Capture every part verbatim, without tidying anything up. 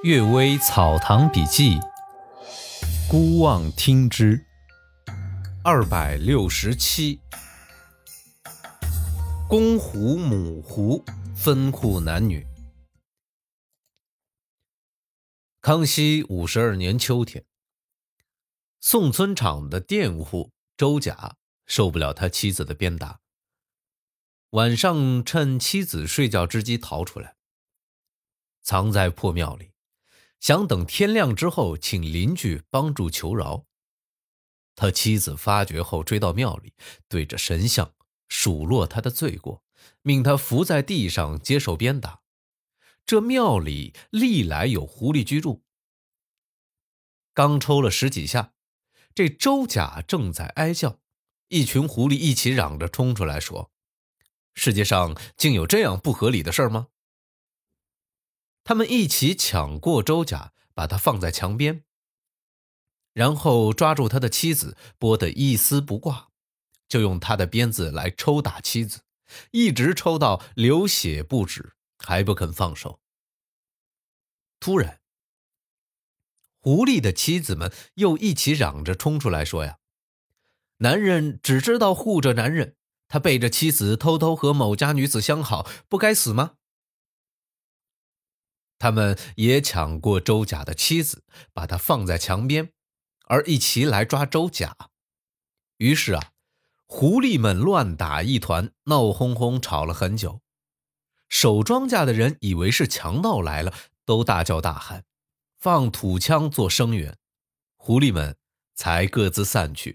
《岳微草堂笔记》孤望听之二百六十七。公狐母狐分户男女。康熙五十二年秋天，宋村场的佃户周甲受不了他妻子的鞭打，晚上趁妻子睡觉之机逃出来，藏在破庙里，想等天亮之后请邻居帮助求饶。他妻子发觉后追到庙里，对着神像数落他的罪过，命他伏在地上接受鞭打。这庙里历来有狐狸居住。刚抽了十几下，这周甲正在哀叫，一群狐狸一起嚷着冲出来说：世界上竟有这样不合理的事吗？他们一起抢过周甲，把他放在墙边，然后抓住他的妻子，剥得一丝不挂，就用他的鞭子来抽打妻子，一直抽到流血不止，还不肯放手。突然，狐狸的妻子们又一起嚷着冲出来说呀：男人只知道护着男人，他背着妻子偷偷和某家女子相好，不该死吗？他们也抢过周甲的妻子，把他放在墙边，而一起来抓周甲。于是啊，狐狸们乱打一团，闹哄哄吵了很久。守庄稼的人以为是强盗来了，都大叫大喊，放土枪做声援，狐狸们才各自散去。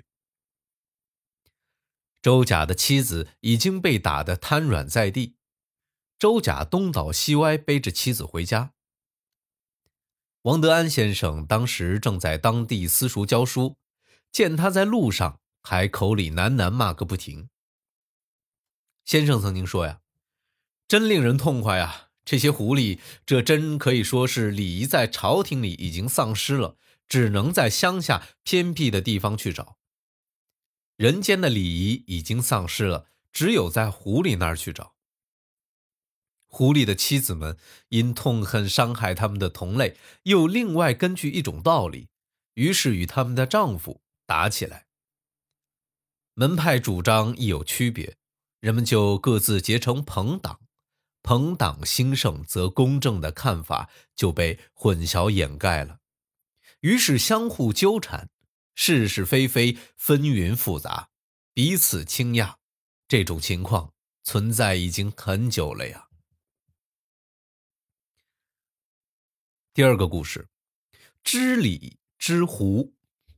周甲的妻子已经被打得瘫软在地，周甲东倒西歪背着妻子回家。王德安先生当时正在当地私塾教书，见他在路上还口里喃喃骂个不停。先生曾经说呀，真令人痛快啊，这些狐狸，这真可以说是礼仪在朝廷里已经丧失了，只能在乡下偏僻的地方去找。人间的礼仪已经丧失了，只有在狐狸那儿去找。狐狸的妻子们因痛恨伤害他们的同类，又另外根据一种道理，于是与他们的丈夫打起来。门派主张亦有区别，人们就各自结成朋党，朋党兴盛则公正的看法就被混淆掩盖了，于是相互纠缠，是是非非纷纭复杂，彼此倾轧，这种情况存在已经很久了呀。第二个故事，知礼知狐。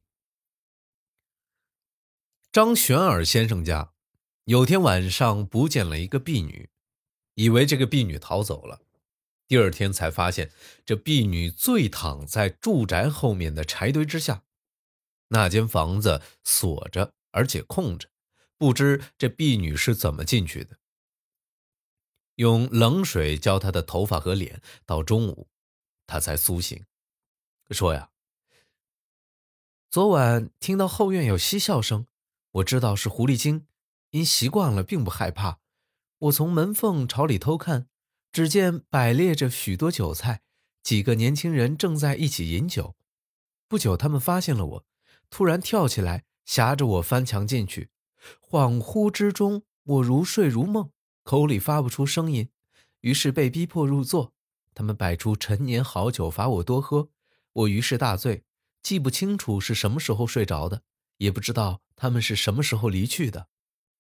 张玄尔先生家有天晚上不见了一个婢女，以为这个婢女逃走了，第二天才发现这婢女醉躺在住宅后面的柴堆之下。那间房子锁着而且空着，不知这婢女是怎么进去的。用冷水浇她的头发和脸，到中午她才苏醒，说呀，昨晚听到后院有嬉笑声，我知道是狐狸精，因习惯了并不害怕。我从门缝朝里偷看，只见摆列着许多酒菜，几个年轻人正在一起饮酒。不久他们发现了我，突然跳起来挟着我翻墙进去。恍惚之中，我如睡如梦，口里发不出声音，于是被逼迫入座。他们摆出陈年好酒罚我多喝，我于是大醉，记不清楚是什么时候睡着的，也不知道他们是什么时候离去的。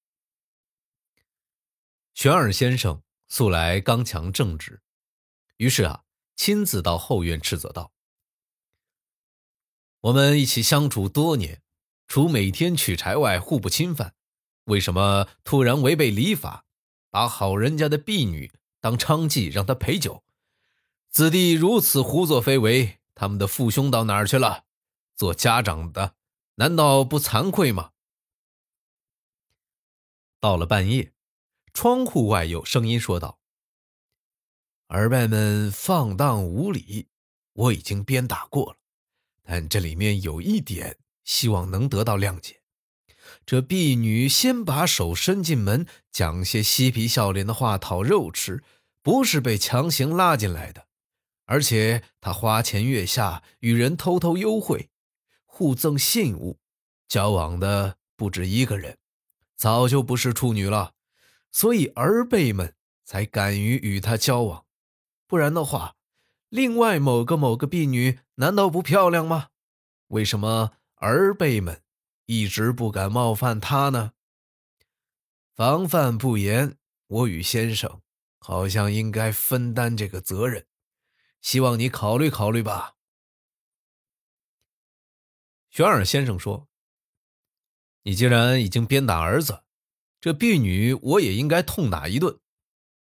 玄尔先生素来刚强正直，于是啊，亲自到后院斥责道，我们一起相处多年，除每天取柴外互不侵犯，为什么突然违背礼法，把好人家的婢女当娼妓让她陪酒？子弟如此胡作非为，他们的父兄到哪儿去了？做家长的难道不惭愧吗？到了半夜，窗户外有声音说道，儿辈们放荡无礼，我已经鞭打过了，但这里面有一点希望能得到谅解。这婢女先把手伸进门，讲些嬉皮笑脸的话讨肉吃，不是被强行拉进来的。 而且他花前月下，与人偷偷幽会，互赠信物，交往的不止一个人，早就不是处女了，所以儿辈们才敢于与他交往。不然的话，另外某个某个婢女难道不漂亮吗？为什么儿辈们一直不敢冒犯她呢？防范不严，我与先生好像应该分担这个责任，希望你考虑考虑吧。玄尔先生说，你既然已经鞭打儿子，这婢女我也应该痛打一顿。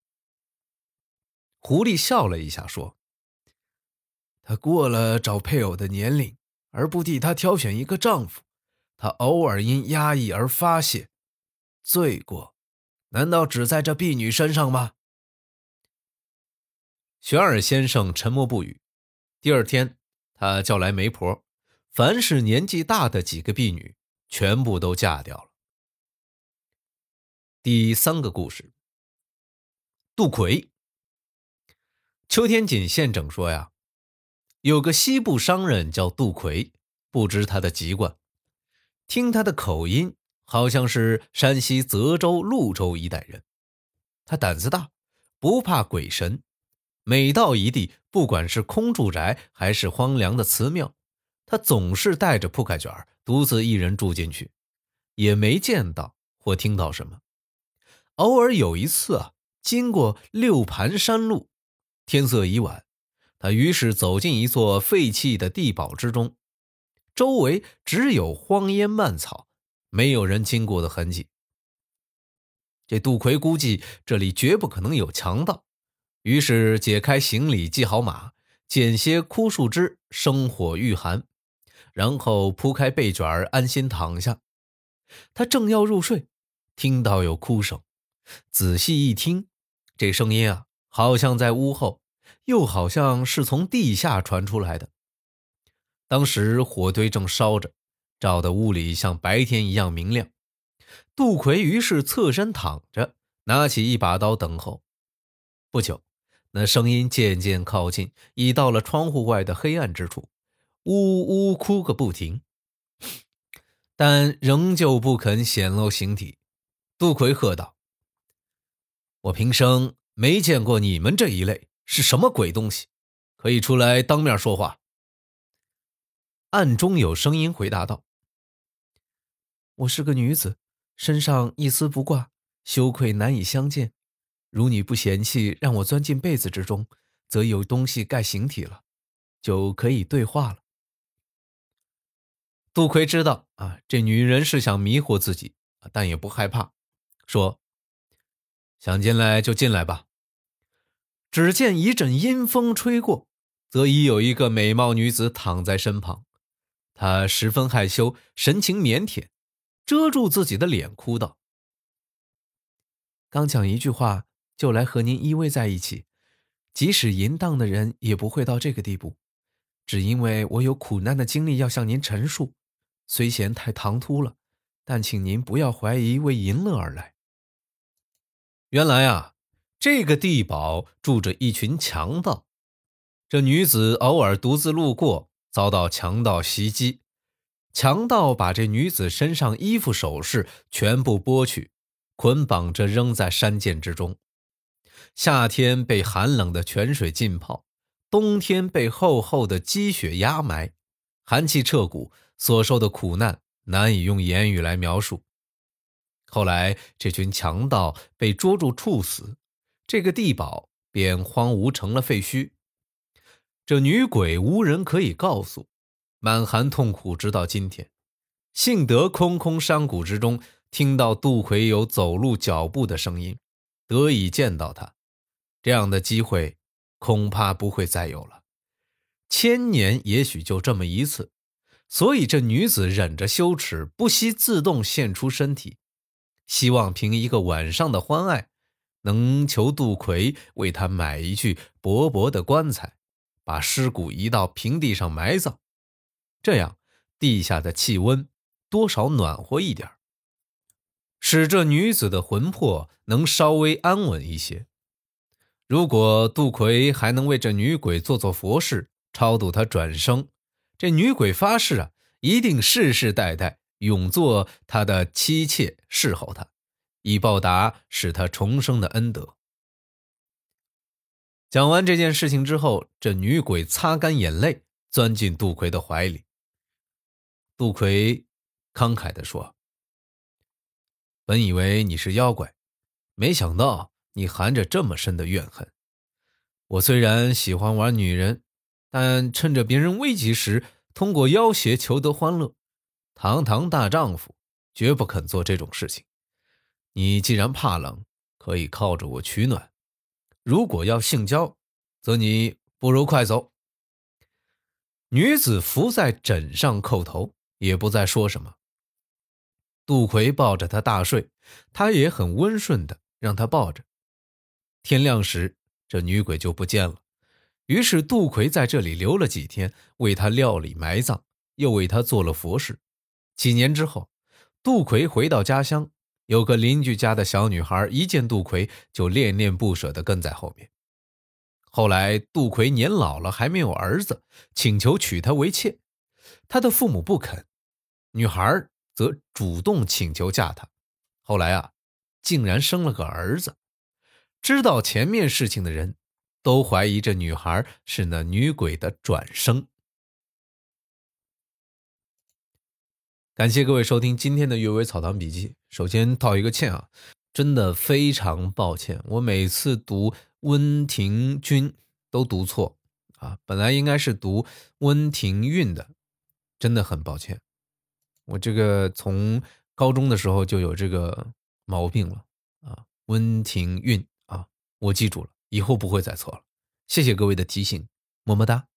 狐狸笑了一下说，他过了找配偶的年龄，而不替他挑选一个丈夫，他偶尔因压抑而发泄，罪过难道只在这婢女身上吗？玄尔先生沉默不语。第二天，他叫来媒婆，凡是年纪大的几个婢女全部都嫁掉了。第三个故事，杜奎。邱天锦县整说呀，有个西部商人叫杜奎，不知他的籍贯，听他的口音好像是山西泽州潞州一带人。他胆子大，不怕鬼神，每到一地，不管是空住宅还是荒凉的祠庙，他总是带着铺盖卷独自一人住进去，也没见到或听到什么。偶尔有一次啊，经过六盘山路，天色已晚，他于是走进一座废弃的地堡之中，周围只有荒烟蔓草，没有人经过的痕迹。这杜奎估计这里绝不可能有强盗，于是解开行李，系好马，捡些枯树枝生火御寒，然后铺开被卷安心躺下。他正要入睡，听到有哭声，仔细一听，这声音啊，好像在屋后，又好像是从地下传出来的。当时火堆正烧着，照得屋里像白天一样明亮。杜奎于是侧身躺着，拿起一把刀等候。不久，那声音渐渐靠近，已到了窗户外的黑暗之处，呜呜哭个不停，但仍旧不肯显露形体。杜奎喝道，我平生没见过你们这一类，是什么鬼东西？可以出来当面说话。暗中有声音回答道，我是个女子，身上一丝不挂，羞愧难以相见。如你不嫌弃让我钻进被子之中，则有东西盖形体了，就可以对话了。杜奎知道啊，这女人是想迷惑自己，但也不害怕，说，想进来就进来吧。只见一阵阴风吹过，则已有一个美貌女子躺在身旁，她十分害羞，神情腼腆，遮住自己的脸，哭道，刚讲一句话就来和您依偎在一起，即使淫荡的人也不会到这个地步，只因为我有苦难的经历要向您陈述，虽嫌太唐突了，但请您不要怀疑为淫乐而来。原来啊，这个地堡住着一群强盗，这女子偶尔独自路过，遭到强盗袭击，强盗把这女子身上衣服首饰全部剥去，捆绑着扔在山涧之中。夏天被寒冷的泉水浸泡，冬天被厚厚的积雪压埋，寒气彻骨，所受的苦难难以用言语来描述。后来这群强盗被捉住处死，这个地堡便荒芜成了废墟。这女鬼无人可以告诉，满含痛苦直到今天。幸得空空山谷之中听到杜奎有走路脚步的声音，得以见到他，这样的机会恐怕不会再有了，千年也许就这么一次。所以这女子忍着羞耻，不惜自动献出身体，希望凭一个晚上的欢爱，能求杜奎为她买一具薄薄的棺材，把尸骨移到平地上埋葬，这样地下的气温多少暖和一点，使这女子的魂魄能稍微安稳一些。 如果杜奎还能为这女鬼做做佛事，超度她转生，这女鬼发誓啊，一定世世代代永做他的妻妾，侍候他，以报答使他重生的恩德。讲完这件事情之后，这女鬼擦干眼泪，钻进杜奎的怀里。杜奎慷慨地说：本以为你是妖怪，没想到你含着这么深的怨恨。我虽然喜欢玩女人，但趁着别人危急时，通过要挟求得欢乐。堂堂大丈夫，绝不肯做这种事情。你既然怕冷，可以靠着我取暖。如果要性交，则你不如快走。女子伏在枕上叩头，也不再说什么。杜奎抱着她大睡，他也很温顺的让她抱着。天亮时，这女鬼就不见了。于是杜奎在这里留了几天，为她料理埋葬，又为她做了佛事。几年之后，杜奎回到家乡，有个邻居家的小女孩一见杜奎就恋恋不舍地跟在后面。后来杜奎年老了，还没有儿子，请求娶她为妾，他的父母不肯，女孩则主动请求嫁他。后来啊，竟然生了个儿子。知道前面事情的人都怀疑这女孩是那女鬼的转生。感谢各位收听今天的阅微草堂笔记。首先道一个歉啊，真的非常抱歉，我每次读温庭筠都读错啊，本来应该是读温庭筠的，真的很抱歉。我这个从高中的时候就有这个毛病了啊，温庭筠啊，我记住了，以后不会再错了。谢谢各位的提醒，么么哒。